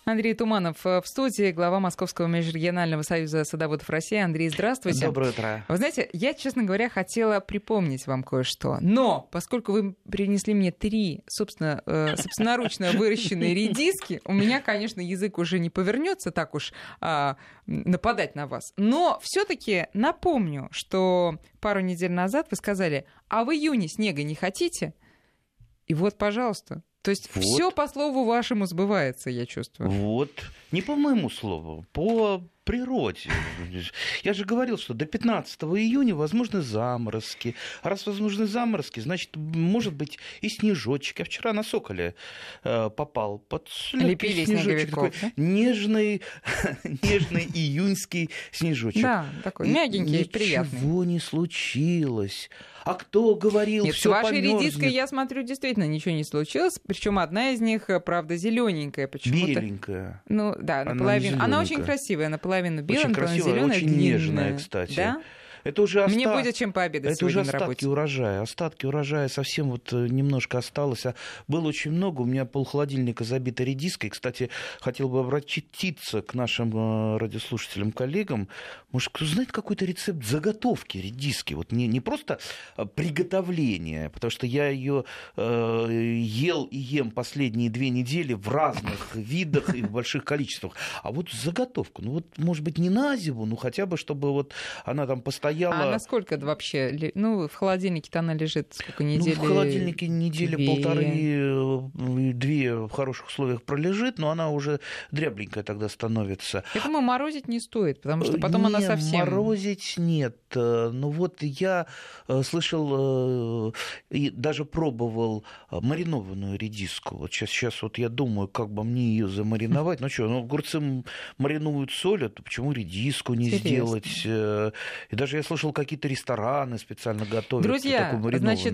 Андрей Туманов в студии, глава Московского межрегионального союза садоводов России. Андрей, здравствуйте. Доброе утро. Вы знаете, я, честно говоря, хотела припомнить вам кое-что. Но поскольку вы принесли мне 3, собственноручно выращенные редиски, у меня, конечно, язык уже не повернется так уж нападать на вас. Но все-таки напомню, что пару недель назад вы сказали: а в июне снега не хотите? И вот, пожалуйста. То есть вот. Все по слову вашему сбывается, я чувствую. Вот. Не по моему слову, по природе. Я же говорил, что до 15 июня возможны заморозки. А раз возможны заморозки, значит, может быть и снежочек. Я вчера на Соколе попал под лепили снежочек. Такой да? нежный июньский снежочек. Да, такой мягенький, приятный. Ничего не случилось. А кто говорил, нет, все с вашей помёрзнет? редиской, я смотрю, действительно ничего не случилось. Причем одна из них, правда, зелененькая. Почему-то. Беленькая. Ну да, наполовину. Она очень красивая, наполовину белая, очень наполовину красивая, зеленая, очень длинная. нежная, кстати. Да? Это уже мне будет чем пообедать это уже сегодня на остатки работе. урожая. Остатки урожая совсем вот немножко осталось. А было очень много. У меня полхолодильника забито редиской. Кстати, хотел бы обратиться к нашим радиослушателям, коллегам. Может, кто знает какой-то рецепт заготовки редиски? Вот не просто приготовление, потому что я ее ел и ем последние 2 недели в разных видах и в больших количествах. А вот заготовку. Ну вот, может быть, не на зиму, но хотя бы, чтобы вот она там постояла. А насколько это вообще? Ну, в холодильнике-то она лежит сколько недель? Ну, в холодильнике недели 1,5-2 в хороших условиях пролежит, но она уже дрябленькая тогда становится. Я думаю, морозить не стоит, потому что потом она совсем... Морозить нет. Ну вот я слышал и даже пробовал маринованную редиску. Вот сейчас вот я думаю, как бы мне ее замариновать. Ну что, огурцы маринуют солью, то почему редиску не сделать? И даже я слышал, какие-то рестораны специально готовят. Друзья, значит,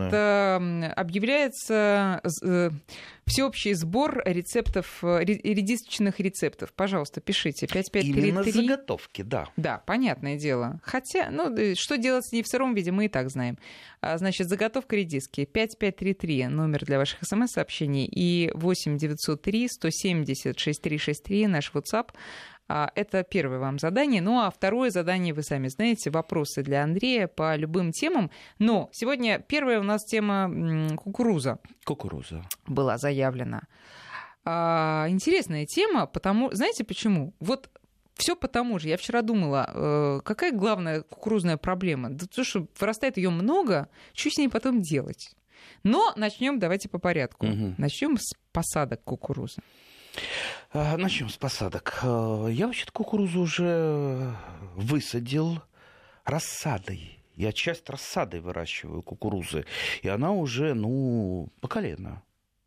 объявляется всеобщий сбор рецептов, редисочных рецептов. Пожалуйста, пишите. 5533. Именно заготовки, да. Да, понятное дело. Хотя, что делать с ней в сыром виде, мы и так знаем. Значит, заготовка редиски. 5533, номер для ваших смс-сообщений. И 8903 170 6363, наш WhatsApp. Это первое вам задание. Ну, а второе задание, вы сами знаете, вопросы для Андрея по любым темам. Но сегодня первая у нас тема кукуруза. Кукуруза. Была заявлена. Интересная тема, знаете почему? Вот все потому же. Я вчера думала, какая главная кукурузная проблема? Да то, что вырастает ее много, что с ней потом делать? Но начнем давайте по порядку. Начнем с посадок кукурузы. Начнем с посадок. Я вообще-то кукурузу уже высадил рассадой. Я часть рассадой выращиваю кукурузы. И она уже, по колено.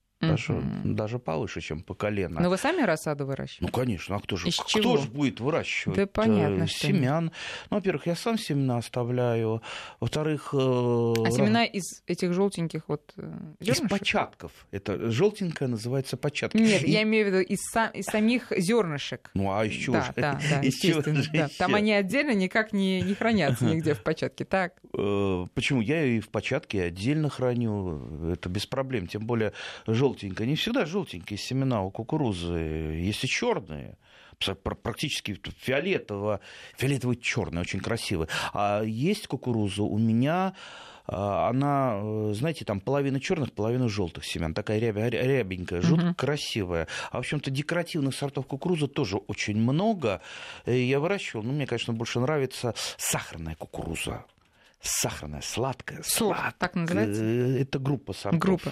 Даже повыше, чем по колено. Но вы сами рассаду выращиваете? Ну, конечно. А кто же будет выращивать? Да понятно, семян. Во-первых, я сам семена оставляю. Во-вторых... семена из этих желтеньких зернышек? Из початков. Это желтенькое называется початки. Нет, я имею в виду из самих зернышек. Ну, а из чего же? Да, естественно. Да. Там они отдельно никак не хранятся нигде в початке. Так. Почему? Я и в початке отдельно храню. Это без проблем. Тем более желтенькая. Не всегда желтенькие семена у кукурузы, есть и черные, практически фиолетово-черные, очень красивые. А есть кукуруза у меня, она, знаете, там половина черных, половина желтых семян, такая рябенькая, жутко красивая. А, в общем-то, декоративных сортов кукурузы тоже очень много. Я выращивал, мне, конечно, больше нравится сахарная кукуруза. Сахарная, сладкая. Так называется? Это группа сортов. Группа.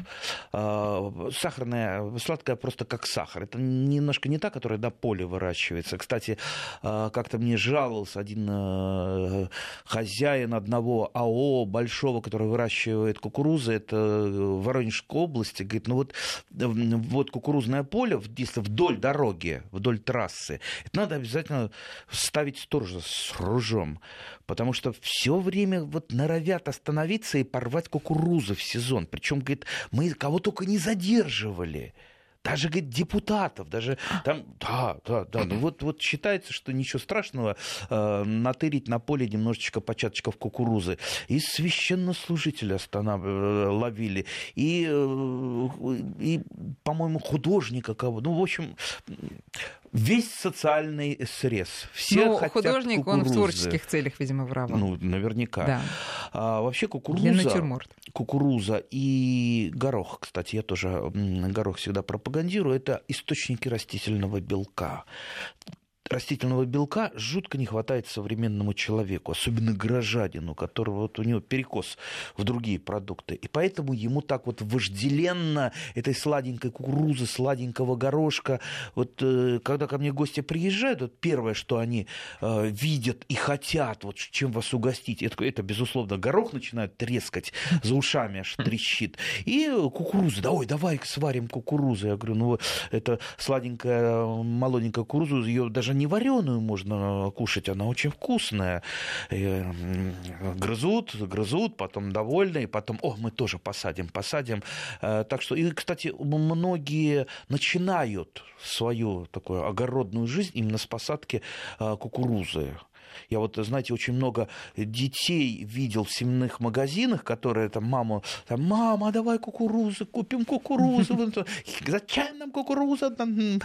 Сахарная, сладкая просто как сахар. Это немножко не та, которая на поле выращивается. Кстати, как-то мне жаловался один хозяин одного АО большого, который выращивает кукурузу, это в Воронежской области. Говорит, вот кукурузное поле, если вдоль дороги, вдоль трассы, это надо обязательно ставить сторожа с ружьем, потому что все время норовят остановиться и порвать кукурузу в сезон. Причем, говорит, мы кого только не задерживали. Даже, говорит, депутатов, даже там, да. Ну вот считается, что ничего страшного натырить на поле немножечко початочков кукурузы. И священнослужителя ловили, и, по-моему, художника кого. Ну, в общем, Весь социальный срез. Все хотят художник, кукурузы. Он в творческих целях, видимо, воровал. Ну, наверняка. Да. Вообще кукуруза и горох, кстати, я тоже горох всегда пропагандирую, это источники растительного белка. Растительного белка жутко не хватает современному человеку, особенно горожанину, у которого вот у него перекос в другие продукты. И поэтому ему так вот вожделенно этой сладенькой кукурузы, сладенького горошка. Вот когда ко мне гости приезжают, вот первое, что они видят и хотят, вот чем вас угостить, это безусловно, горох начинают трескать, за ушами аж трещит. И кукуруза. Давай сварим кукурузу. Я говорю, это сладенькая, молоденькая кукуруза, ее даже не вареную можно кушать, она очень вкусная. Грызут, потом довольны, и потом, мы тоже посадим. Так что, и, кстати, многие начинают свою такую огородную жизнь именно с посадки кукурузы. Я вот, знаете, очень много детей видел в семенных магазинах, которые там мама, давай кукурузу, купим кукурузу. Зачем нам кукуруза?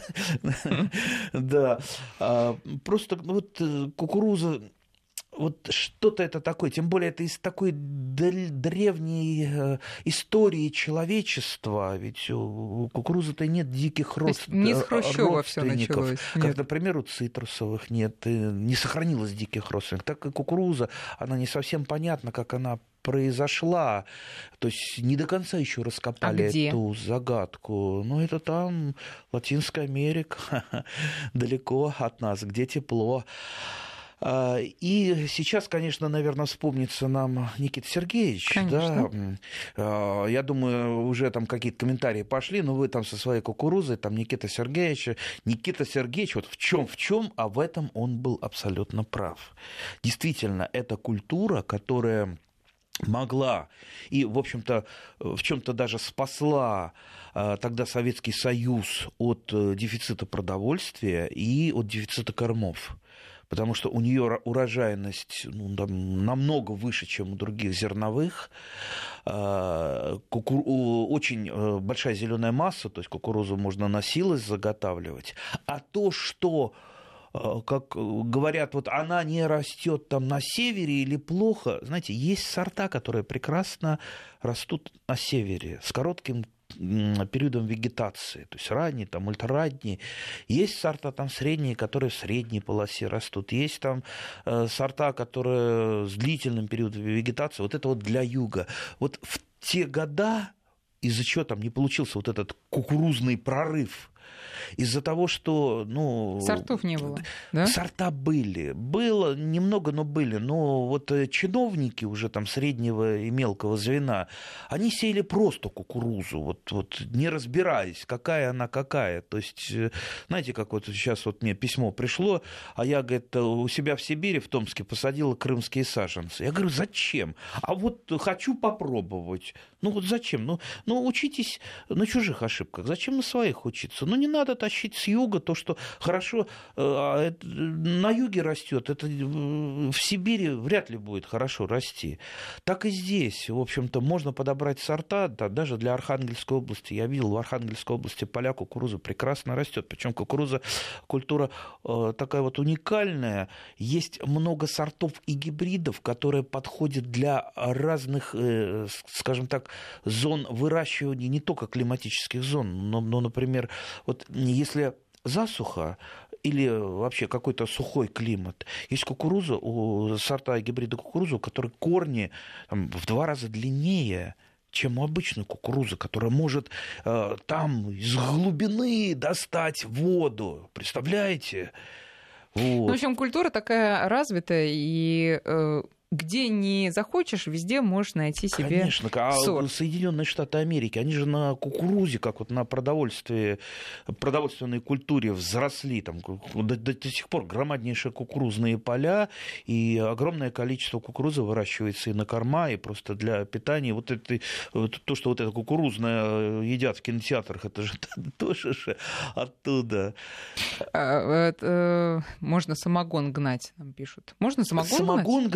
Да. Просто вот кукуруза, вот что-то это такое, тем более это из такой древней истории человечества, ведь у кукурузы-то нет диких родственников. Не с Хрущёва все началось. Как, например, у цитрусовых нет, не сохранилось диких родственников. Так и кукуруза, она не совсем понятна, как она произошла. То есть не до конца еще раскопали эту загадку. Но это там, Латинская Америка, далеко от нас, где тепло. И сейчас, конечно, наверное, вспомнится нам Никита Сергеевич. Да? Я думаю, уже там какие-то комментарии пошли, но вы там со своей кукурузой, там Никита Сергеевич, вот в чем, а в этом он был абсолютно прав. Действительно, это культура, которая могла и, в общем-то, в чем-то даже спасла тогда Советский Союз от дефицита продовольствия и от дефицита кормов. Потому что у нее урожайность намного выше, чем у других зерновых. Очень большая зеленая масса, то есть кукурузу можно на силос заготавливать. А то, что, как говорят, вот она не растет там на севере или плохо, знаете, есть сорта, которые прекрасно растут на севере с коротким периодом вегетации, то есть ранние, там, ультраранние. Есть сорта там средние, которые в средней полосе растут. Есть там сорта, которые с длительным периодом вегетации. Вот это вот для юга. Вот в те года, из-за чего там не получился вот этот кукурузный прорыв, из-за того, что... сортов не было, да? Сорта были. Было немного, но были. Но вот чиновники уже там среднего и мелкого звена, они сеяли просто кукурузу, вот не разбираясь, какая она какая. То есть, знаете, как вот сейчас вот мне письмо пришло, а я, говорит, у себя в Сибири, в Томске, посадила крымские саженцы. Я говорю, зачем? А вот хочу попробовать. Вот зачем? Учитесь на чужих ошибках. Зачем на своих учиться? Не надо тащить с юга то, что хорошо на юге растет, это в Сибири вряд ли будет хорошо расти. Так и здесь, в общем-то, можно подобрать сорта, даже для Архангельской области. Я видел, в Архангельской области поля кукуруза прекрасно растет. Причем кукуруза культура такая вот уникальная. Есть много сортов и гибридов, которые подходят для разных, скажем так, зон выращивания, не только климатических зон, но например, вот если засуха или вообще какой-то сухой климат, есть кукуруза, сорта гибрида кукурузы, у которой корни в 2 раза длиннее, чем у обычной кукурузы, которая может там из глубины достать воду. Представляете? Вот. В общем, культура такая развитая, и где не захочешь, везде можешь найти себе Конечно, сорт. Соединенные Штаты Америки, они же на кукурузе, как вот на продовольственной культуре взросли. Там, до сих пор громаднейшие кукурузные поля, и огромное количество кукурузы выращивается и на корма, и просто для питания. Вот то, что вот это кукурузное едят в кинотеатрах, это же тоже же оттуда. Можно самогон гнать, нам пишут. Можно самогон гнать? Можно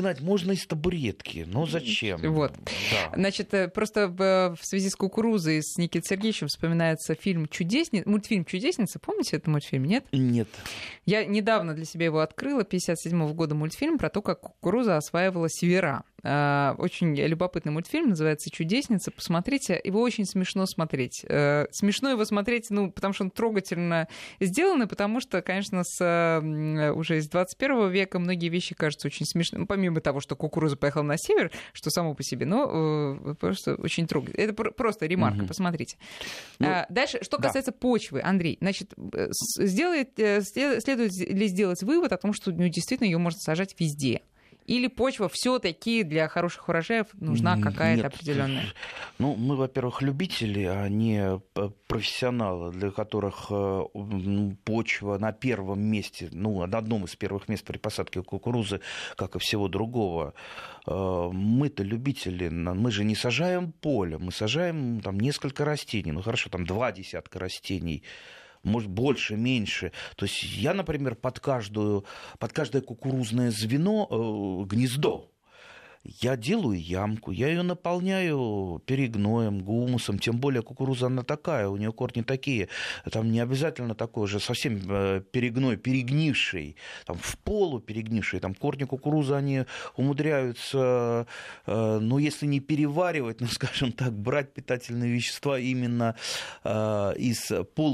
можно из табуретки. Ну, зачем? Вот. Да. Значит, просто в связи с кукурузой с Никитой Сергеевичем вспоминается мультфильм «Чудесница». Помните этот мультфильм, нет? Нет. Я недавно для себя его открыла, 57-го года мультфильм про то, как кукуруза осваивала севера. Очень любопытный мультфильм, называется «Чудесница». Посмотрите, его очень смешно смотреть. Смешно его смотреть, потому что он трогательно сделан, и потому что, конечно, уже из 21 века многие вещи кажутся очень смешными. Помимо того, что кукуруза поехала на север, что само по себе, но просто очень трогательно. Это просто ремарка, посмотрите. Дальше, что касается почвы, Андрей, значит, следует ли сделать вывод о том, что действительно ее можно сажать везде? Или почва все-таки для хороших урожаев нужна какая-то определенная? Мы, во-первых, любители, а не профессионалы, для которых почва на первом месте, на одном из первых мест при посадке кукурузы, как и всего другого. Мы-то любители, мы же не сажаем поле, мы сажаем там несколько растений, хорошо, там 2 десятка растений, может, больше, меньше. То есть я, например, под каждое кукурузное звено гнездо. Я делаю ямку, я ее наполняю перегноем, гумусом, тем более кукуруза она такая, у нее корни такие, там не обязательно такой же совсем перегной, перегнивший, там в полу перегнивший, там корни кукурузы, они умудряются, если не переваривать, скажем так, брать питательные вещества именно из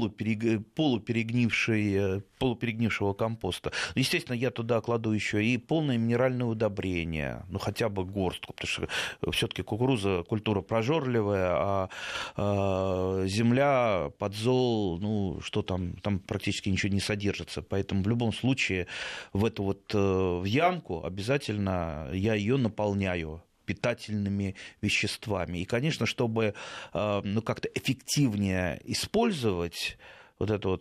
полуперегнившего компоста. Естественно, я туда кладу еще и полное минеральное удобрение, хотя бы горстку, потому что все-таки кукуруза культура прожорливая, а земля, подзол, что там практически ничего не содержится. Поэтому в любом случае в эту в ямку обязательно я ее наполняю питательными веществами. И, конечно, чтобы как-то эффективнее использовать это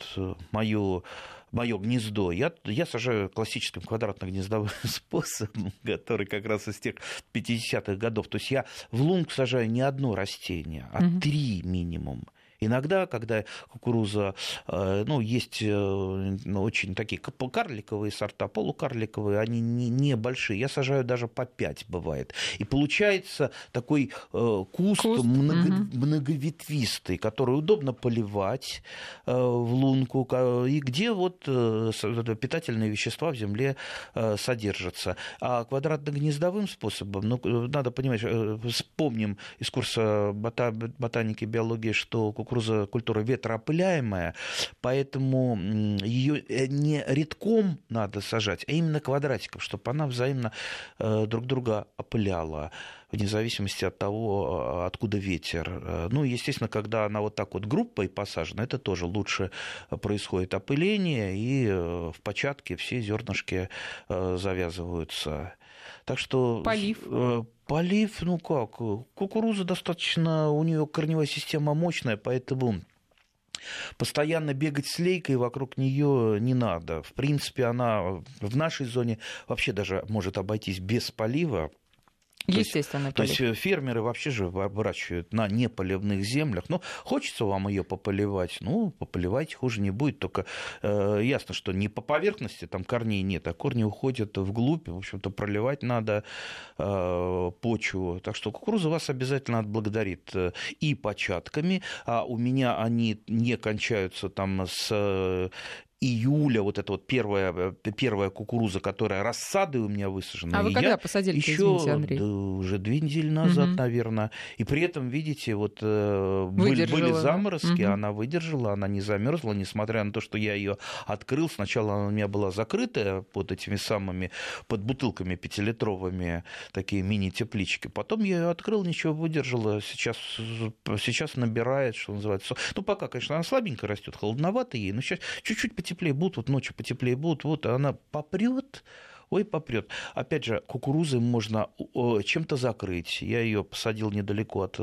мое гнездо, я сажаю классическим квадратно-гнездовым способом, который как раз из тех 50-х годов. То есть я в лунку сажаю не одно растение, а 3 минимум. Иногда, когда кукуруза, есть очень такие карликовые сорта, полукарликовые, они небольшие, я сажаю даже по 5 бывает. И получается такой куст. Многоветвистый, который удобно поливать в лунку, и где питательные вещества в земле содержатся. А квадратно-гнездовым способом, надо понимать, вспомним из курса ботаники, биологии, что кукуруза культура ветроопыляемая, поэтому ее не редком надо сажать, а именно квадратиком, чтобы она взаимно друг друга опыляла, вне зависимости от того, откуда ветер. Естественно, когда она так группой посажена, это тоже лучше происходит опыление, и в початке все зернышки завязываются. Так что... Полив, кукуруза достаточно, у нее корневая система мощная, поэтому постоянно бегать с лейкой вокруг нее не надо. В принципе, она в нашей зоне вообще даже может обойтись без полива. Естественно, то есть фермеры вообще же выращивают на неполивных землях. Хочется вам ее пополивать, пополивайте, хуже не будет. Только ясно, что не по поверхности, там корней нет, а корни уходят вглубь. В общем-то, проливать надо почву. Так что кукуруза вас обязательно отблагодарит и початками. А у меня они не кончаются там с июля, эта первая кукуруза, которая рассадой у меня высажена. А вы когда посадили, извините, Андрей? Уже 2 недели назад, наверное. И при этом, видите, были заморозки, она выдержала, она не замерзла, несмотря на то, что я ее открыл. Сначала она у меня была закрытая под этими самыми, под бутылками 5-литровыми, такие мини-теплички. Потом я ее открыл, ничего, выдержала. Сейчас набирает, что называется. Пока, конечно, она слабенько растет, холодновато ей, но сейчас чуть-чуть потеплее будут, ночью потеплее будут, она попрет. Попрет. Опять же, кукурузы можно чем-то закрыть. Я ее посадил недалеко от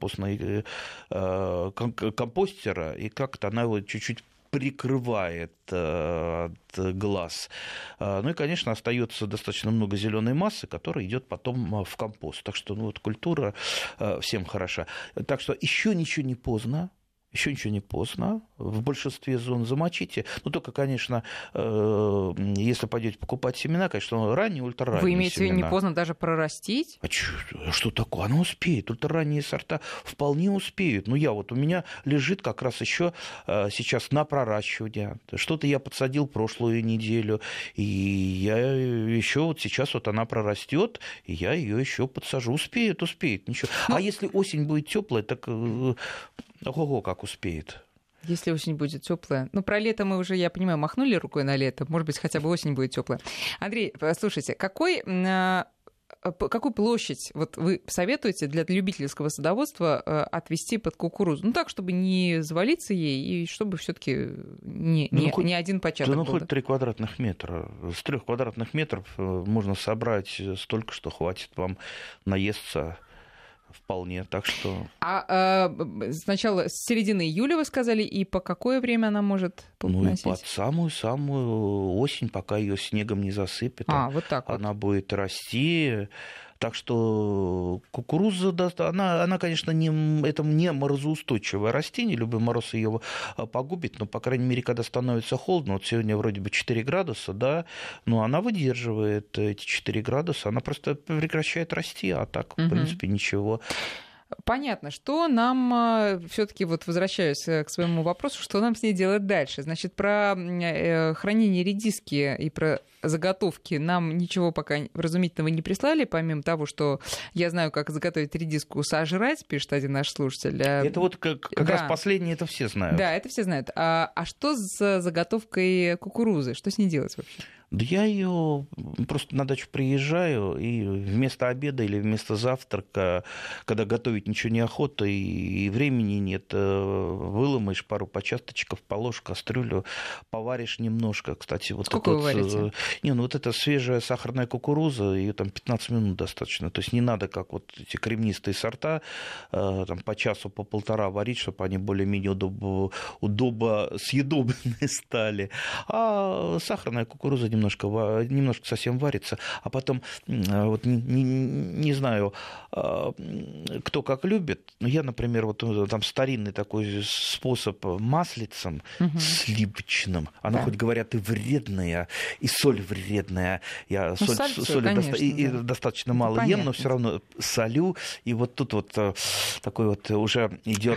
компостера, и как-то она его чуть-чуть прикрывает от глаз. И, конечно, остается достаточно много зеленой массы, которая идет потом в компост. Так что культура всем хороша. Так что еще ничего не поздно. Еще ничего не поздно. В большинстве зон замочите. Ну, только, конечно, если пойдете покупать семена, конечно, ранние, ультраранние. Вы имеете в виду, семена. не поздно даже прорастить? А что такое? Она успеет. Ультраранние сорта вполне успеют. Ну, у меня лежит как раз еще сейчас на проращивание. Что-то я подсадил прошлую неделю, и я еще вот сейчас вот она прорастет, и я ее еще подсажу. Успеет. Ничего. А если осень будет теплая, так ого, как успеет. Если осень будет теплая. Ну, про лето мы уже, я понимаю, махнули рукой на лето. Может быть, хотя бы осень будет теплая. Андрей, слушайте, какую площадь вот вы советуете для любительского садоводства отвести под кукурузу? Ну, так, чтобы не завалиться ей, и чтобы все-таки не один початок был. Хоть 3 квадратных метра. С 3 квадратных метров можно собрать столько, что хватит вам наесться. Вполне, так что... Сначала с середины июля, вы сказали, и по какое время она может плодоносить? Ну, и под самую-самую осень, пока ее снегом не засыпет. Вот так вот. Она будет расти. Так что кукуруза, она, конечно, это не морозоустойчивое растение, любой мороз ее погубит, но, по крайней мере, когда становится холодно, вот сегодня вроде бы 4 градуса, да, но она выдерживает эти 4 градуса, она просто прекращает расти, а так, в принципе, ничего. Понятно, что нам все-таки, вот возвращаюсь к своему вопросу, что нам с ней делать дальше? Значит, про хранение редиски и про заготовки нам ничего пока вразумительного не прислали, помимо того, что я знаю, как заготовить редиску сожрать, пишет один наш слушатель. Это вот как раз последнее, это все знают. Да, это все знают. А что с заготовкой кукурузы? Что с ней делать вообще? Да я ее просто на дачу приезжаю, и вместо обеда или вместо завтрака, когда готовить ничего неохота и времени нет, выломаешь пару почасточков, положишь в кастрюлю, поваришь немножко. Кстати, вот сколько вы варите? Вот это свежая сахарная кукуруза, ее там 15 минут достаточно. То есть не надо, как вот эти кремнистые сорта, там по часу, по полтора варить, чтобы они более-менее съедобные стали. А сахарная кукуруза немножко совсем варится, а потом, вот не знаю, кто как любит, но я, например, вот там старинный такой способ маслицем сливочным, она хоть говорят и вредная, и соль вредная, я соли достаточно мало ем, но все равно солю, и вот тут вот такой вот уже идет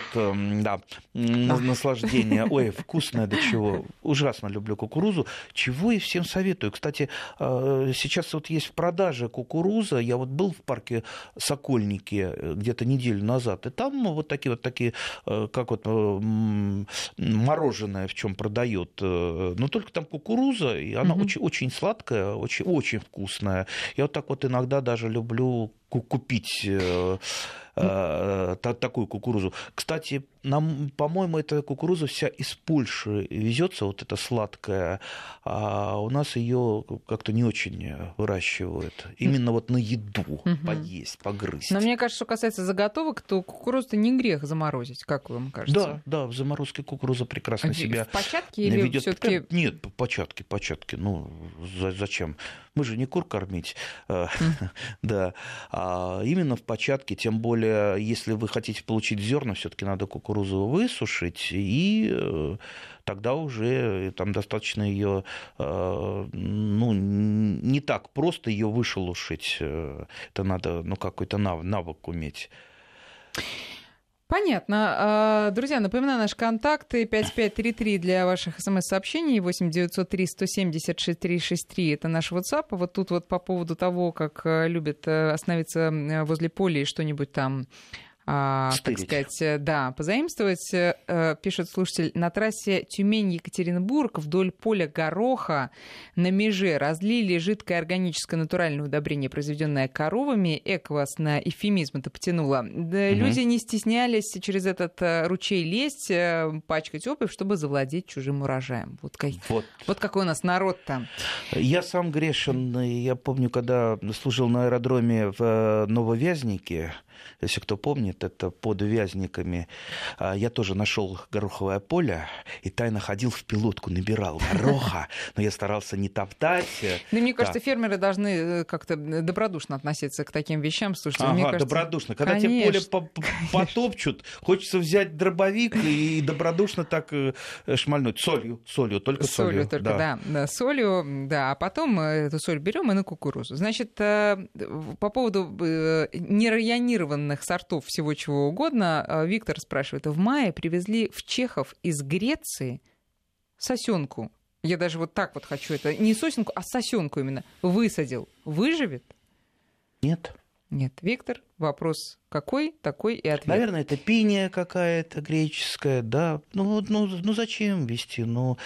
наслаждение, ой, вкусное до чего, ужасно люблю кукурузу, чего и всем советую. Кстати, сейчас вот есть в продаже кукуруза. Я вот был в парке Сокольники где-то неделю назад, и там вот такие, как вот мороженое в чем продают. Но только там кукуруза, и она очень сладкая, очень вкусная. Я вот так вот иногда даже люблю купить такую кукурузу. Кстати, по-моему, эта кукуруза вся из Польши везется, вот эта сладкая, а у нас ее как-то не очень выращивают. Именно вот на еду, поесть, погрызть. Но мне кажется, что касается заготовок, то кукурузу-то не грех заморозить, как вам кажется? Да, в заморозке кукуруза прекрасно себя в початке или ведет. Всё-таки... Нет, початки. Ну, зачем? Мы же не кур кормить. Да. А именно в початке, тем более, если вы хотите получить зерна, все-таки надо кукурузу высушить, и тогда уже там достаточно ее, не так просто ее вышелушить. Это надо, какой-то навык уметь. Понятно. Друзья, напоминаю, наши контакты 5533 для ваших смс-сообщений, 8-903-170-6363 это наш WhatsApp. Вот тут вот по поводу того, как любят остановиться возле поля и что-нибудь там так сказать, да, позаимствовать, пишет слушатель, на трассе Тюмень-Екатеринбург вдоль поля гороха на меже разлили жидкое органическое натуральное удобрение, произведенное коровами. Эквас на эвфемизм это потянуло. Да, люди не стеснялись через этот ручей лезть, пачкать обувь, чтобы завладеть чужим урожаем. Вот какой у нас народ-то. Я сам грешен. Я помню, когда служил на аэродроме в Нововязнике, Если кто помнит, это под Вязниками. Я тоже нашел гороховое поле и тайно ходил в пилотку, набирал гороха, но я старался не топтать. Ну, мне кажется, фермеры должны как-то добродушно относиться к таким вещам. Слушайте, мне кажется, добродушно. Когда тебе поле потопчут, хочется взять дробовик и добродушно так шмальнуть. Солью, только солью. Да, солью, да. А потом эту соль берем и на кукурузу. Значит, по поводу нерайонированных сортов всего чего угодно, Виктор спрашивает. В мае привезли в Чехов из Греции сосенку. Я даже вот так вот хочу это. Не сосенку, а сосенку именно. Высадил. Выживет? Нет. Нет. Виктор, вопрос какой, такой и ответ. Наверное, это пиния какая-то греческая, да. Ну зачем вести?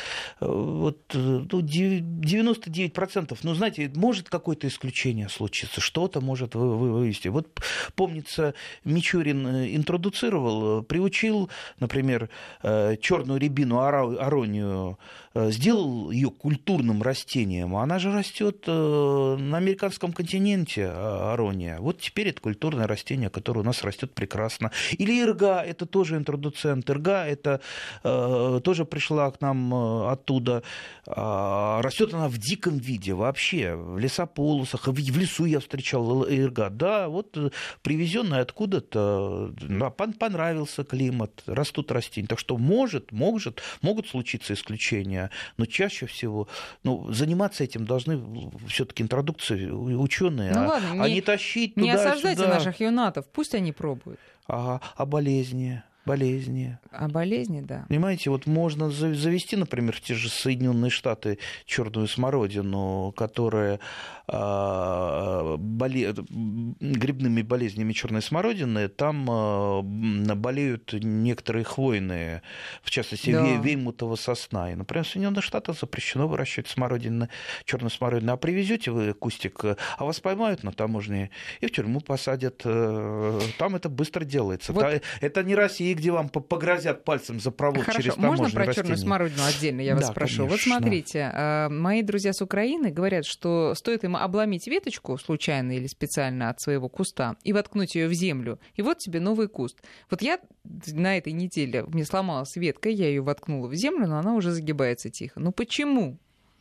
99%. Ну, знаете, может какое-то исключение случиться, что-то может вывести. Вот, помнится, Мичурин интродуцировал, приучил, например, черную рябину аронию, сделал ее культурным растением. Она же растет на американском континенте, арония. Вот теперь это культурное растение, которое у нас растет прекрасно. Или ирга, это тоже интродуцент. Ирга, это тоже пришла к нам оттуда. Растет она в диком виде вообще, в лесополосах, в лесу я встречал ирга. Да, вот привезенная откуда-то, понравился климат, растут растения. Так что могут случиться исключения, но чаще всего заниматься этим должны все-таки интродукции ученые, не тащить туда-сюда. Не осаждайте наших юнатов, пусть они пробуют. А болезни? А болезни, да. Понимаете, вот можно завести, например, в те же Соединенные Штаты черную смородину, которая грибными болезнями черной смородины, там болеют некоторые хвойные, в частности, веймутова сосна. И, например, в Соединенных Штатах запрещено выращивать черную смородину. А привезете вы кустик, а вас поймают на таможне и в тюрьму посадят. Там это быстро делается. Вот. Это не Россия, где вам погрозят пальцем за провод через таможенные можно про растения? черную смородину отдельно, я вас спрошу? Конечно. Вот смотрите, мои друзья с Украины говорят, что стоит им обломить веточку случайно или специально от своего куста и воткнуть ее в землю, и вот тебе новый куст. Вот я на этой неделе, мне сломалась ветка, я ее воткнула в землю, но она уже загибается тихо. Ну почему?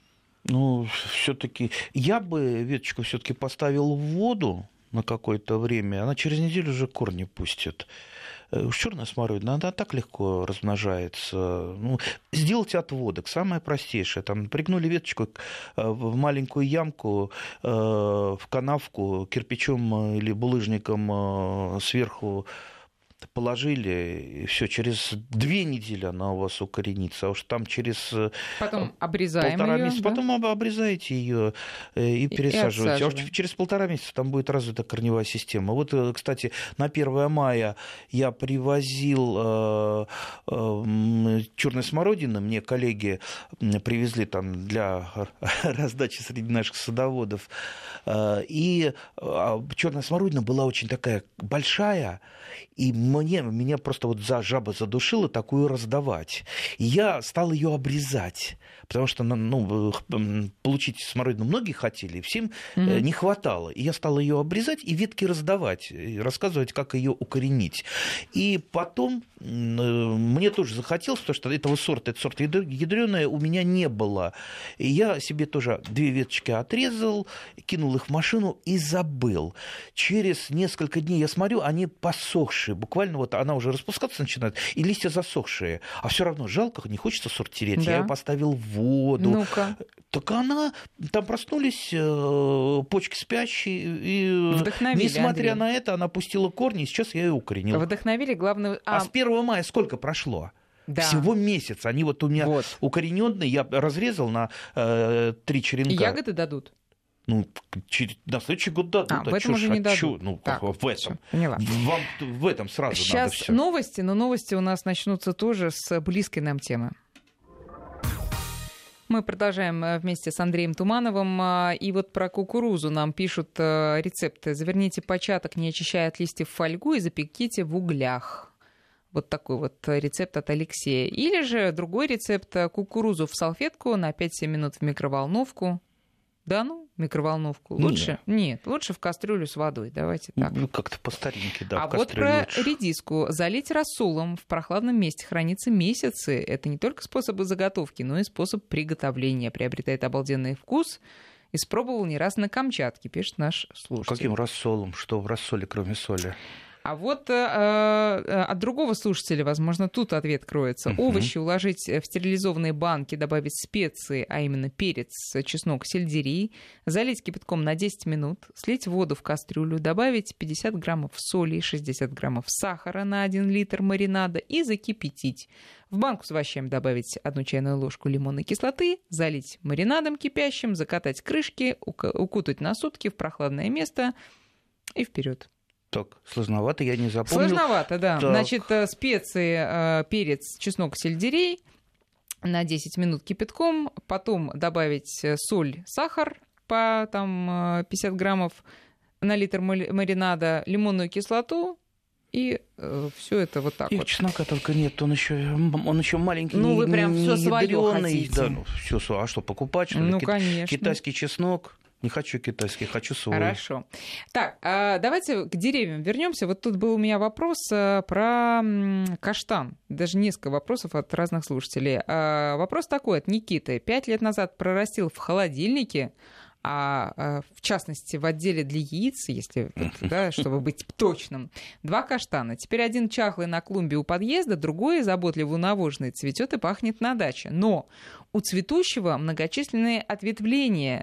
Все-таки я бы веточку все-таки поставил в воду на какое-то время, она через неделю уже корни пустит. Черная смородина, она так легко размножается. Сделайте отводок, самое простейшее. Там пригнули веточку в маленькую ямку, в канавку, кирпичом или булыжником сверху положили, и все, через 2 недели она у вас укоренится, а уж там через потом обрезаем 1,5 её, месяца, да? Потом обрезаете ее и пересаживаете. А уж через 1,5 месяца там будет развита корневая система. Вот, кстати, на 1 мая я привозил черной смородины, мне коллеги привезли там для раздачи среди наших садоводов, и черная смородина была очень такая большая, и меня просто вот жаба задушила такую раздавать. И я стал ее обрезать, потому что получить смородину многие хотели, всем не хватало. И я стал ее обрезать и ветки раздавать, и рассказывать, как ее укоренить. И потом мне тоже захотелось, потому что этот сорт ядрёная у меня не было. И я себе тоже 2 веточки отрезал, кинул их в машину и забыл. Через несколько дней я смотрю, они посохшие. Буквально вот она уже распускаться начинает, и листья засохшие. А все равно жалко, не хочется сорт терять. Да. Я ее поставил в воду. Ну-ка. Так она, там проснулись почки спящие, и Вдохновили, несмотря Андрей. на это, она пустила корни, и сейчас я ее укоренил. Вдохновили, главное... А с 1 мая сколько прошло? Да. Всего месяц. Они вот у меня укорененные, я разрезал на 3 черенка. И ягоды дадут? На следующий год дадут. В этом уже не дадут. В этом. Поняла. Вам в этом сразу Сейчас надо всё. новости, но новости у нас начнутся тоже с близкой нам темы. Мы продолжаем вместе с Андреем Тумановым. И вот про кукурузу нам пишут рецепты. Заверните початок, не очищая от листьев, в фольгу и запеките в углях. Вот такой вот рецепт от Алексея. Или же другой рецепт: кукурузу в салфетку на 5-7 минут в микроволновку. Да ну, микроволновку. Лучше? Нет, лучше в кастрюлю с водой. Давайте так. Ну, как-то по старинке, да. А вот про редиску. Залить рассолом в прохладном месте хранится месяцы. Это не только способы заготовки, но и способ приготовления. Приобретает обалденный вкус. Испробовал не раз на Камчатке, пишет наш слушатель. Каким рассолом? Что в рассоле, кроме соли? А вот от другого слушателя, возможно, тут ответ кроется. Овощи уложить в стерилизованные банки, добавить специи, а именно перец, чеснок, сельдерей, залить кипятком на 10 минут, слить воду в кастрюлю, добавить 50 граммов соли, 60 граммов сахара на 1 литр маринада и закипятить. В банку с овощами добавить 1 чайную ложку лимонной кислоты, залить маринадом кипящим, закатать крышки, укутать на сутки в прохладное место и вперед. Так, сложновато, я не запомнил. Сложновато, да. Так. Значит, специи, перец, чеснок, сельдерей на 10 минут кипятком, потом добавить соль, сахар по 50 граммов на литр маринада, лимонную кислоту, и все это вот так и вот. Чеснока только нет, он еще маленький, ну, вы прям не все своё ядрёный. хотите. Да, ну, всё, а что, покупать, что ли? Ну, конечно. Китайский чеснок. Не хочу китайский, хочу свой. Хорошо. Так, давайте к деревьям вернемся. Вот тут был у меня вопрос про каштан. Даже несколько вопросов от разных слушателей. Вопрос такой от Никиты. 5 лет назад прорастил в холодильнике, а в частности в отделе для яиц, если, да, чтобы быть точным, 2 каштана. Теперь один чахлый на клумбе у подъезда, другой заботливо унавоженный, цветет и пахнет на даче. Но у цветущего многочисленные ответвления.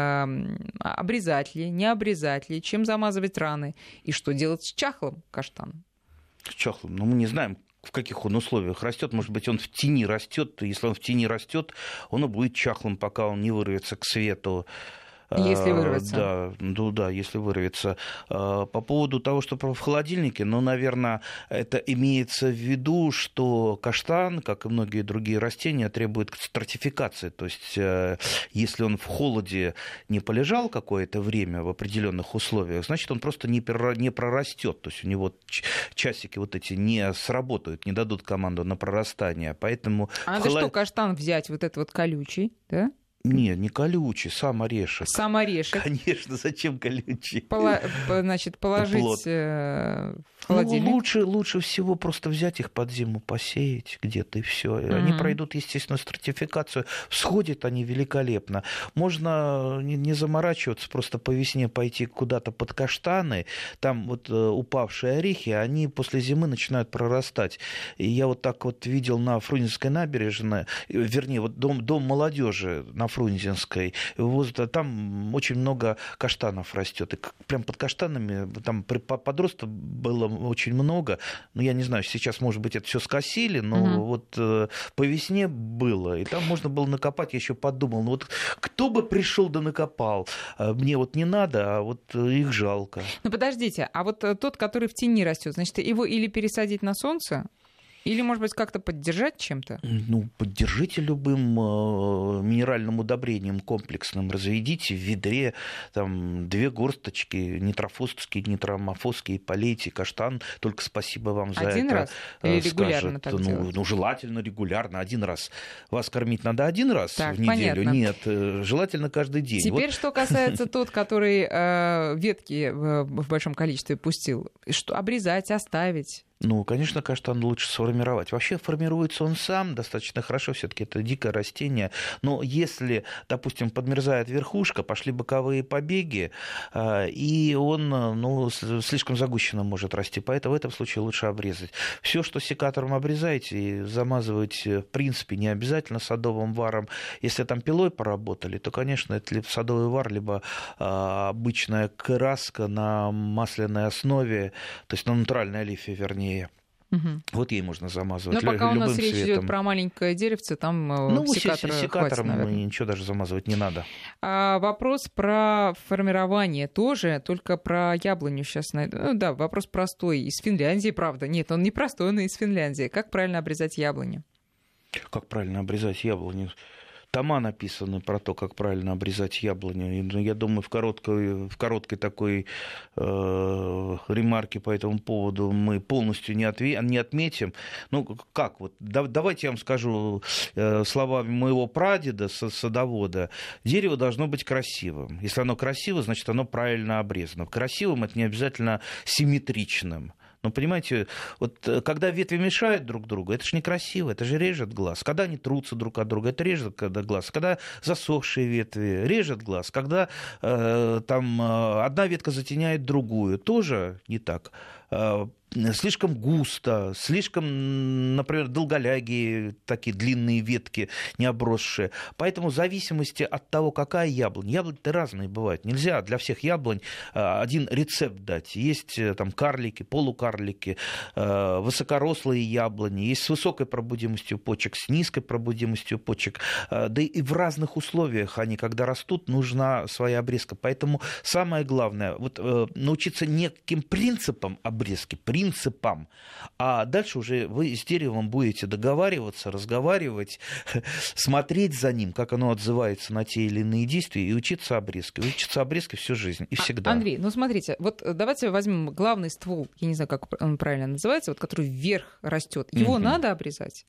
Обрезать ли, не обрезать ли, чем замазывать раны и что делать с чахлым каштаном? С чахлым? Ну, мы не знаем, в каких он условиях растет. Может быть, он в тени растет. Если он в тени растет, он и будет чахлым, пока он не вырвется к свету. Если вырвется. Да, если вырвется. По поводу того, что в холодильнике, наверное, это имеется в виду, что каштан, как и многие другие растения, требует стратификации. То есть, если он в холоде не полежал какое-то время в определенных условиях, значит, он просто не прорастет. То есть, у него часики вот эти не сработают, не дадут команду на прорастание. Поэтому что, каштан взять вот этот вот колючий, да? Не колючий, сам орешек. Сам орешек. Конечно, зачем колючий? Значит, положить в холодильник. Лучше всего просто взять их под зиму, посеять где-то, и все. Они пройдут естественную стратификацию. Всходят они великолепно. Можно не заморачиваться, просто по весне пойти куда-то под каштаны. Там вот упавшие орехи, они после зимы начинают прорастать. И я вот так вот видел на Фрунзенской набережной, вернее, вот дом молодежи на Фрунзенской, вот, там очень много каштанов растет. И прям под каштанами там подроста было очень много. Ну, я не знаю, сейчас, может быть, это все скосили, но вот по весне было. И там можно было накопать. Я еще подумал, ну вот кто бы пришел да накопал? Мне вот не надо, а вот их жалко. Ну, подождите, а вот тот, который в тени растет, значит, его или пересадить на солнце, или, может быть, как-то поддержать чем-то? Ну, поддержите любым минеральным удобрением комплексным. Разведите в ведре там 2 горсточки нитрофосские, нитромофосские, полейте каштан. Только спасибо вам за один это. Раз? Или регулярно так делать? Ну, желательно регулярно, 1 раз. Вас кормить надо 1 раз так, в неделю? понятно. Нет, желательно каждый день. Теперь, вот. Что касается тот, который ветки в большом количестве пустил. Что, обрезать, оставить? Ну, конечно, каштан лучше сформировать. Вообще формируется он сам достаточно хорошо, все-таки это дикое растение. Но если, допустим, подмерзает верхушка, пошли боковые побеги, и он слишком загущенно может расти. Поэтому в этом случае лучше обрезать. Все, что секатором обрезаете, и замазываете, в принципе, не обязательно садовым варом. Если там пилой поработали, то, конечно, это либо садовый вар, либо обычная краска на масляной основе, то есть на натуральной олифе, вернее. Вот ей можно замазывать. Но пока у нас речь цветом. идет про маленькое деревце, там секатором хватит, ничего даже замазывать не надо. Вопрос про формирование тоже, только про яблоню сейчас найду. Ну, да, вопрос простой. Из Финляндии, правда. Нет, он не простой, но из Финляндии. Как правильно обрезать яблоню? Как правильно обрезать яблоню? тома написаны про то, как правильно обрезать яблоню. И, я думаю, в короткой такой ремарке по этому поводу мы полностью не отметим. Ну, как вот? Давайте я вам скажу словами моего прадеда, садовода. Дерево должно быть красивым. Если оно красиво, значит, оно правильно обрезано. Красивым — это не обязательно симметричным. Но, понимаете, вот когда ветви мешают друг другу, это же некрасиво, это же режет глаз. Когда они трутся друг от друга, это режет глаз. Когда засохшие ветви, режет глаз. Когда там одна ветка затеняет другую, тоже не так. Слишком густо, слишком, например, долголягие, такие длинные ветки, не обросшие. Поэтому в зависимости от того, какая яблонь. Яблони-то разные бывают. Нельзя для всех яблонь один рецепт дать. Есть там карлики, полукарлики, высокорослые яблони. Есть с высокой пробудимостью почек, с низкой пробудимостью почек. Да и в разных условиях они, когда растут, нужна своя обрезка. Поэтому самое главное, вот, научиться неким принципам обрезки, принципам, а дальше уже вы с деревом будете договариваться, разговаривать, смотреть за ним, как оно отзывается на те или иные действия, и учиться обрезке. Учиться обрезке всю жизнь и всегда. Андрей, ну смотрите, вот давайте возьмем главный ствол, я не знаю, как он правильно называется, вот который вверх растет. Его надо обрезать?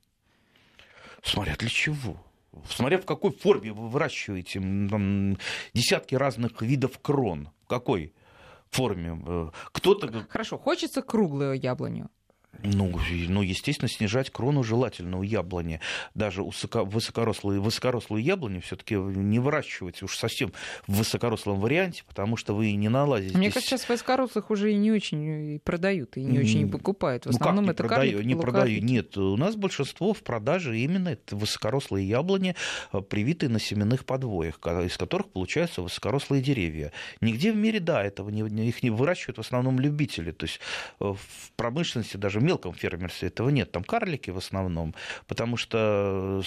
Смотря для чего. Смотря в какой форме вы выращиваете, там, десятки разных видов крон. В какой форме? Кто-то... Хорошо, хочется круглую яблоню. Ну, естественно, снижать крону желательно у яблони. Даже у высокорослые яблони все-таки не выращивать уж совсем в высокорослом варианте, потому что вы не наладите. Мне кажется, сейчас высокорослых уже и не очень и продают, и не очень покупают. В основном как это карлики. Не продаю. Нет, у нас большинство в продаже именно это высокорослые яблони, привитые на семенных подвоях, из которых получаются высокорослые деревья. Нигде в мире, да, их не выращивают в основном любители. То есть в промышленности, даже в мелком фермерстве этого нет. Там карлики в основном, потому что,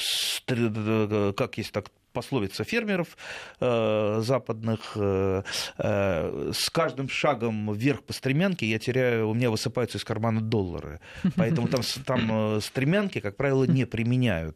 как есть так пословица фермеров западных, с каждым шагом вверх по стремянке у меня высыпаются из кармана доллары. Поэтому там стремянки, как правило, не применяют.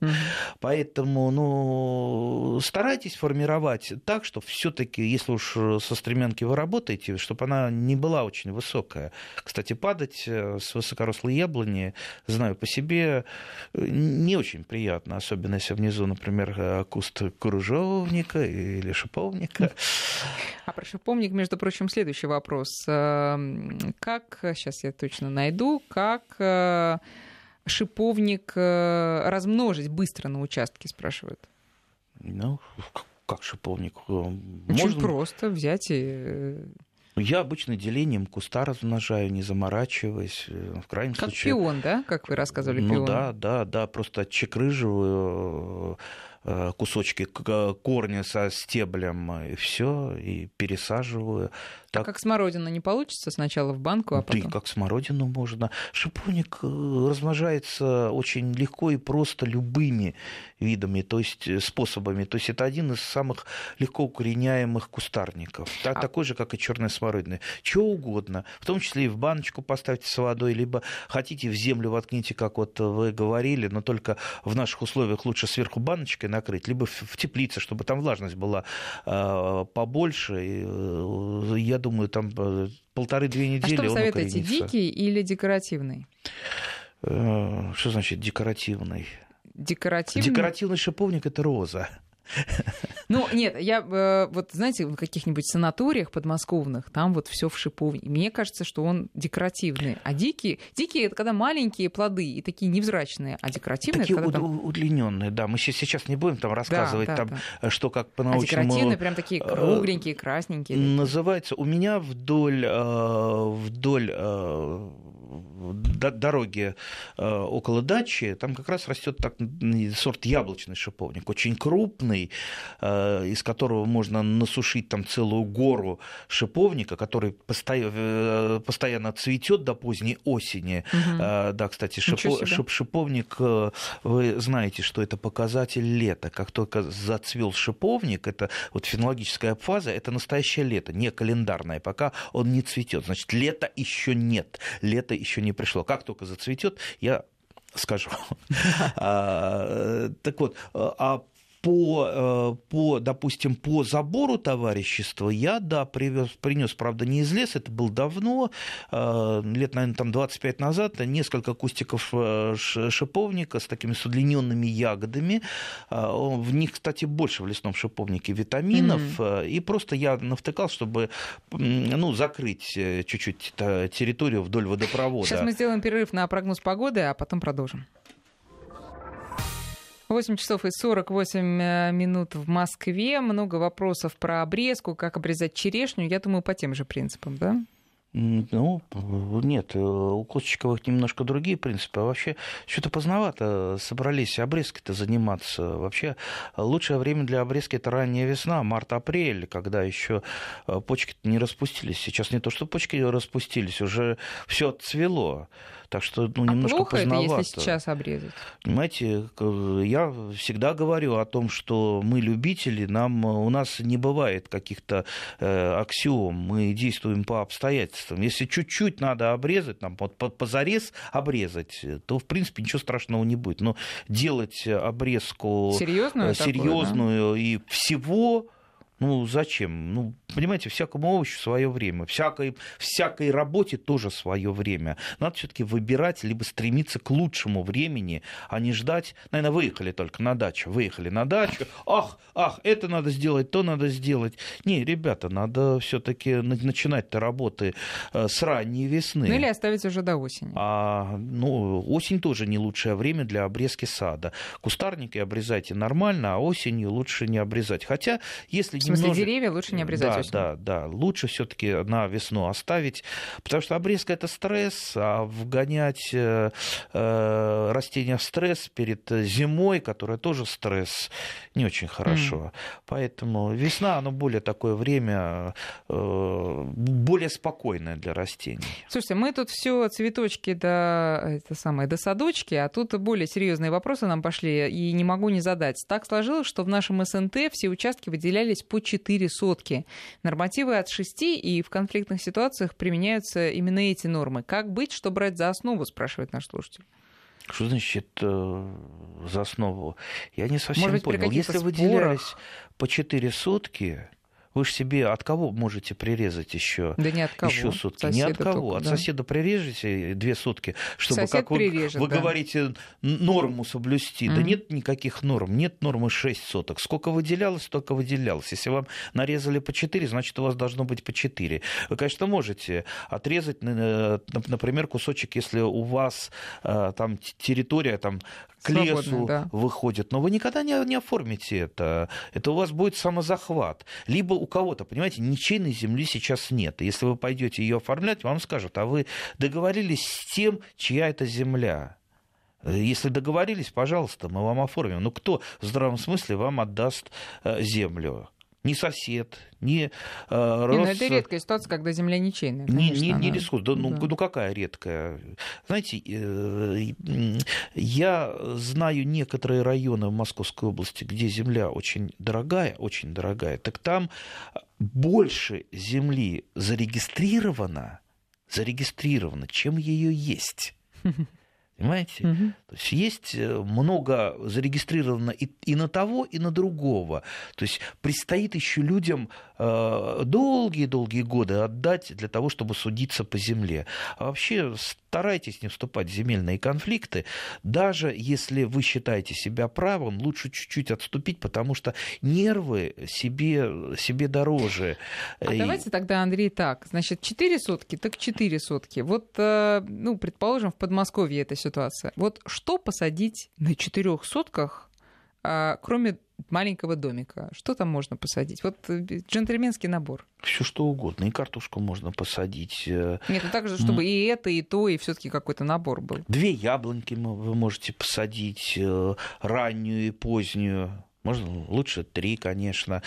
Поэтому старайтесь формировать так, что все-таки, если уж со стремянки вы работаете, чтобы она не была очень высокая. Кстати, падать с высокорослой яблони, знаю по себе, не очень приятно, особенно если внизу, например, куст кружовника или шиповника. А про шиповник, между прочим, следующий вопрос. Как, сейчас я точно найду, как шиповник размножить быстро на участке, спрашивают? Ну, как шиповник? Очень просто взять и... Я обычно делением куста размножаю, не заморачиваясь. В крайнем случае... Как пион, да? Как вы рассказывали, пион. Да, просто отчекрыживаю кусочки корня со стеблем, и все, и пересаживаю. Так. А как смородина не получится сначала в банку, а потом? Да и как смородину можно. Шиповник размножается очень легко и просто любыми видами, то есть способами. То есть это один из самых легко укореняемых кустарников. Такой же, как и черная смородина. Чего угодно. В том числе и в баночку поставьте с водой, либо хотите в землю воткните, как вот вы говорили, но только в наших условиях лучше сверху баночкой накрыть, либо в теплице, чтобы там влажность была побольше. Я думаю, там 1,5-2 недели. А что вы советуете, дикий или декоративный? Что значит декоративный? Декоративный шиповник — это роза. Ну, нет, я вот, знаете, в каких-нибудь санаториях подмосковных, там вот все в шиповнике. Мне кажется, что он декоративный. А дикие это когда маленькие плоды и такие невзрачные, а декоративные такие это когда удлиненные, да. Мы сейчас не будем там рассказывать, что как по-научному... А декоративные прям такие кругленькие, красненькие. Называется. У меня вдоль дороги около дачи, там как раз растет сорт яблочный шиповник, очень крупный, из которого можно насушить там целую гору шиповника, который постоянно цветет до поздней осени. Да, кстати, шиповник, вы знаете, что это показатель лета. Как только зацвел шиповник, это вот фенологическая фаза, это настоящее лето, не календарное, пока он не цветет. Значит, лета еще нет, лето еще не пришло. Как только зацветет, я скажу. Так вот, допустим, по забору товарищества я, да, принес, правда, не из леса, это было давно, лет, наверное, там 25 назад, несколько кустиков шиповника с такими с удлиненными ягодами. В них, кстати, больше в лесном шиповнике витаминов, и просто я навтыкал, чтобы, ну, закрыть чуть-чуть территорию вдоль водопровода. Сейчас мы сделаем перерыв на прогноз погоды, а потом продолжим. 8 часов и 48 минут в Москве. Много вопросов про обрезку, как обрезать черешню. Я думаю, по тем же принципам, да? Ну, нет, у косточковых немножко другие принципы. А вообще, что-то поздновато собрались обрезкой-то заниматься. Вообще, лучшее время для обрезки — это ранняя весна, март-апрель, когда еще почки-то не распустились. Сейчас не то, что почки распустились, уже все отцвело. Так что, ну, немножко плохо поздновато. Это, если сейчас обрезать? Понимаете, я всегда говорю о том, что мы любители, у нас не бывает каких-то аксиом, мы действуем по обстоятельствам. Если чуть-чуть надо обрезать, нам позарез обрезать, то, в принципе, ничего страшного не будет. Но делать обрезку серьезную такую, да? И всего... Ну, зачем? Ну, понимаете, всякому овощу свое время, всякой работе тоже свое время. Надо все-таки выбирать, либо стремиться к лучшему времени, а не ждать. Наверное, выехали на дачу. Ах, это надо сделать, то надо сделать. Не, ребята, надо все-таки начинать-то работы с ранней весны. Ну, или оставить уже до осени. Осень тоже не лучшее время для обрезки сада. Кустарники обрезайте нормально, а осенью лучше не обрезать. Хотя, если в смысле, деревья лучше не обрезать осенью? Да. Лучше все-таки на весну оставить, потому что обрезка — это стресс, а вгонять растения в стресс перед зимой, которая тоже стресс, не очень хорошо. Поэтому весна, оно более такое время, более спокойное для растений. Слушайте, мы тут все цветочки до садочки, а тут более серьезные вопросы нам пошли, и не могу не задать. Так сложилось, что в нашем СНТ все участки выделялись по 4 сотки. Нормативы от 6, и в конфликтных ситуациях применяются именно эти нормы. Как быть, что брать за основу, спрашивает наш слушатель. Что значит за основу? Я не совсем Может быть, понял. Если выделялись по 4 сотки... Вы же себе от кого можете прирезать еще? Да ни от кого. Еще сутки? Соседа ни от кого. только, от да. Соседа прирежете 2 сутки, чтобы, сосед как вы да. говорите, норму соблюсти. Да нет никаких норм. Нет нормы 6 соток. Сколько выделялось, столько выделялось. Если вам нарезали по 4, значит, у вас должно быть по 4. Вы, конечно, можете отрезать, например, кусочек, если у вас там территория там, к лесу выходит. Но вы никогда не оформите это. Это у вас будет самозахват. Либо у кого-то, понимаете, ничейной земли сейчас нет. И если вы пойдете ее оформлять, вам скажут, а вы договорились с тем, чья это земля. Если договорились, пожалуйста, мы вам оформим. Но кто в здравом смысле вам отдаст землю? Ни сосед, ни это редкая ситуация, когда земля ничейная. Не рискует. Ну какая редкая? Знаете, я знаю некоторые районы в Московской области, где земля очень дорогая, так там больше земли зарегистрировано, чем ее есть. Понимаете? То есть есть много зарегистрировано и на того, и на другого. То есть предстоит еще людям долгие-долгие годы отдать для того, чтобы судиться по земле. А вообще старайтесь не вступать в земельные конфликты. Даже если вы считаете себя правым, лучше чуть-чуть отступить, потому что нервы себе дороже. Давайте тогда, Андрей, так. Значит, 4 сотки, так 4 сотки. Вот, предположим, в Подмосковье эта ситуация. Вот что посадить на 4 сотках, кроме маленького домика? Что там можно посадить? Вот джентльменский набор. Все что угодно. И картошку можно посадить. Нет, так же, чтобы и это, и то, и все-таки какой-то набор был. 2 яблоньки вы можете посадить, раннюю и позднюю. Можно лучше 3, конечно.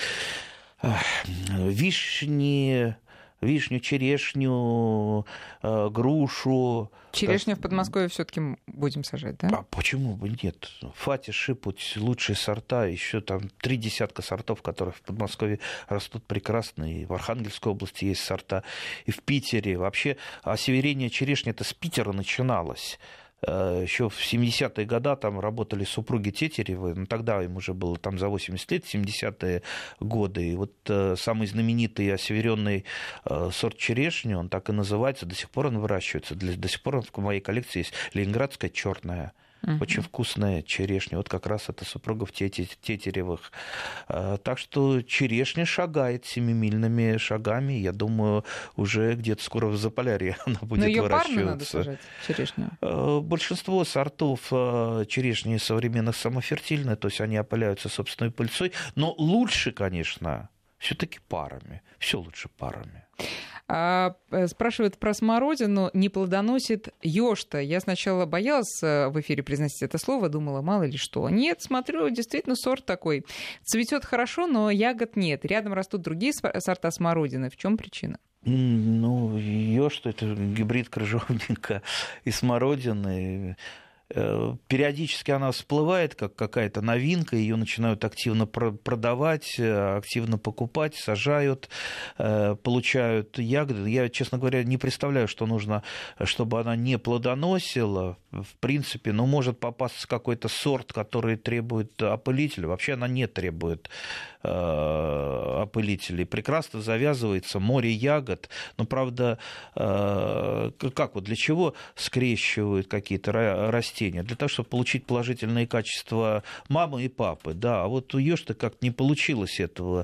Вишню, черешню, грушу. Черешню в Подмосковье все-таки будем сажать, да? А почему бы нет? Фати, Шипуть, лучшие сорта, еще там 3 десятка сортов, которые в Подмосковье растут прекрасно. И в Архангельской области есть сорта, и в Питере. Вообще, осеверение черешни это с Питера начиналось. Еще в 70-е годы там работали супруги Тетеревы, но тогда им уже было там за 80 лет, 70-е годы. И вот самый знаменитый осеверенный сорт черешни, он так и называется, до сих пор он выращивается. До сих пор в моей коллекции есть ленинградская черная. Очень вкусная черешня. Вот как раз это супругов Тетеревых. Так что черешня шагает семимильными шагами. Я думаю, уже где-то скоро в Заполярье она будет выращиваться. Но её парно надо сажать, черешню? Большинство сортов черешни современных самофертильны, то есть они опыляются собственной пыльцой. Но лучше, конечно, все-таки парами. Все лучше парами. Спрашивают про смородину, не плодоносит ёшта. Я сначала боялась в эфире произносить это слово, думала, мало ли что. Нет, смотрю, действительно сорт такой. Цветет хорошо, но ягод нет. Рядом растут другие сорта смородины. В чем причина? Ну, ёшта — это гибрид крыжовника и смородины. Периодически она всплывает как какая-то новинка, ее начинают активно продавать, активно покупать, сажают, получают ягоды. Я, честно говоря, не представляю, что нужно, чтобы она не плодоносила. В принципе, ну, может попасться какой-то сорт, который требует опылителя. Вообще она не требует опылителей. Прекрасно завязывается море ягод. Но, правда, как вот для чего скрещивают какие-то растения? Для того, чтобы получить положительные качества мамы и папы. Да, а вот у ёшты как-то не получилось этого.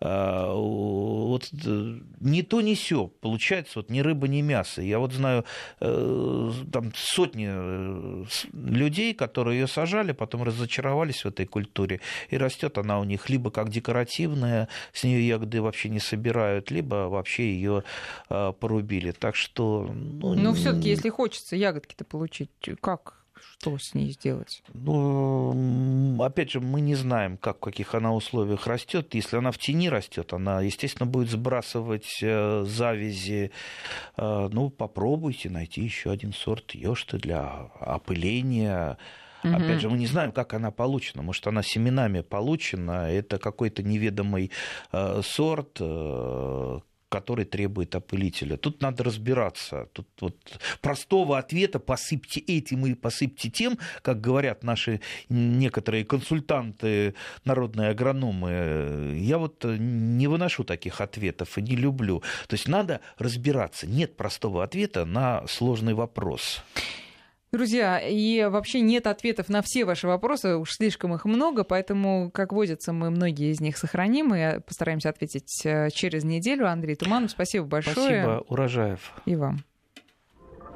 Вот ни то, ни сё. Получается вот ни рыба, ни мясо. Я вот знаю там сотни людей, которые ее сажали, потом разочаровались в этой культуре, и растет она у них либо как декоративная, с нее ягоды вообще не собирают, либо вообще ее порубили. Так что... Но все-таки, если хочется ягодки-то получить, как? Что с ней сделать? Ну, опять же, мы не знаем, в каких она условиях растет. Если она в тени растет, она, естественно, будет сбрасывать завязи. Ну, попробуйте найти еще один сорт ёшты для опыления. Опять же, мы не знаем, как она получена. Может, она семенами получена. Это какой-то неведомый сорт, который требует опылителя. Тут надо разбираться. Тут вот простого ответа «посыпьте этим и посыпьте тем», как говорят наши некоторые консультанты, народные агрономы, я вот не выношу таких ответов и не люблю. То есть надо разбираться. Нет простого ответа на сложный вопрос. Друзья, и вообще нет ответов на все ваши вопросы, уж слишком их много, поэтому, как водится, мы многие из них сохраним и постараемся ответить через неделю. Андрей Туманов, спасибо большое. Спасибо, урожаев. И вам.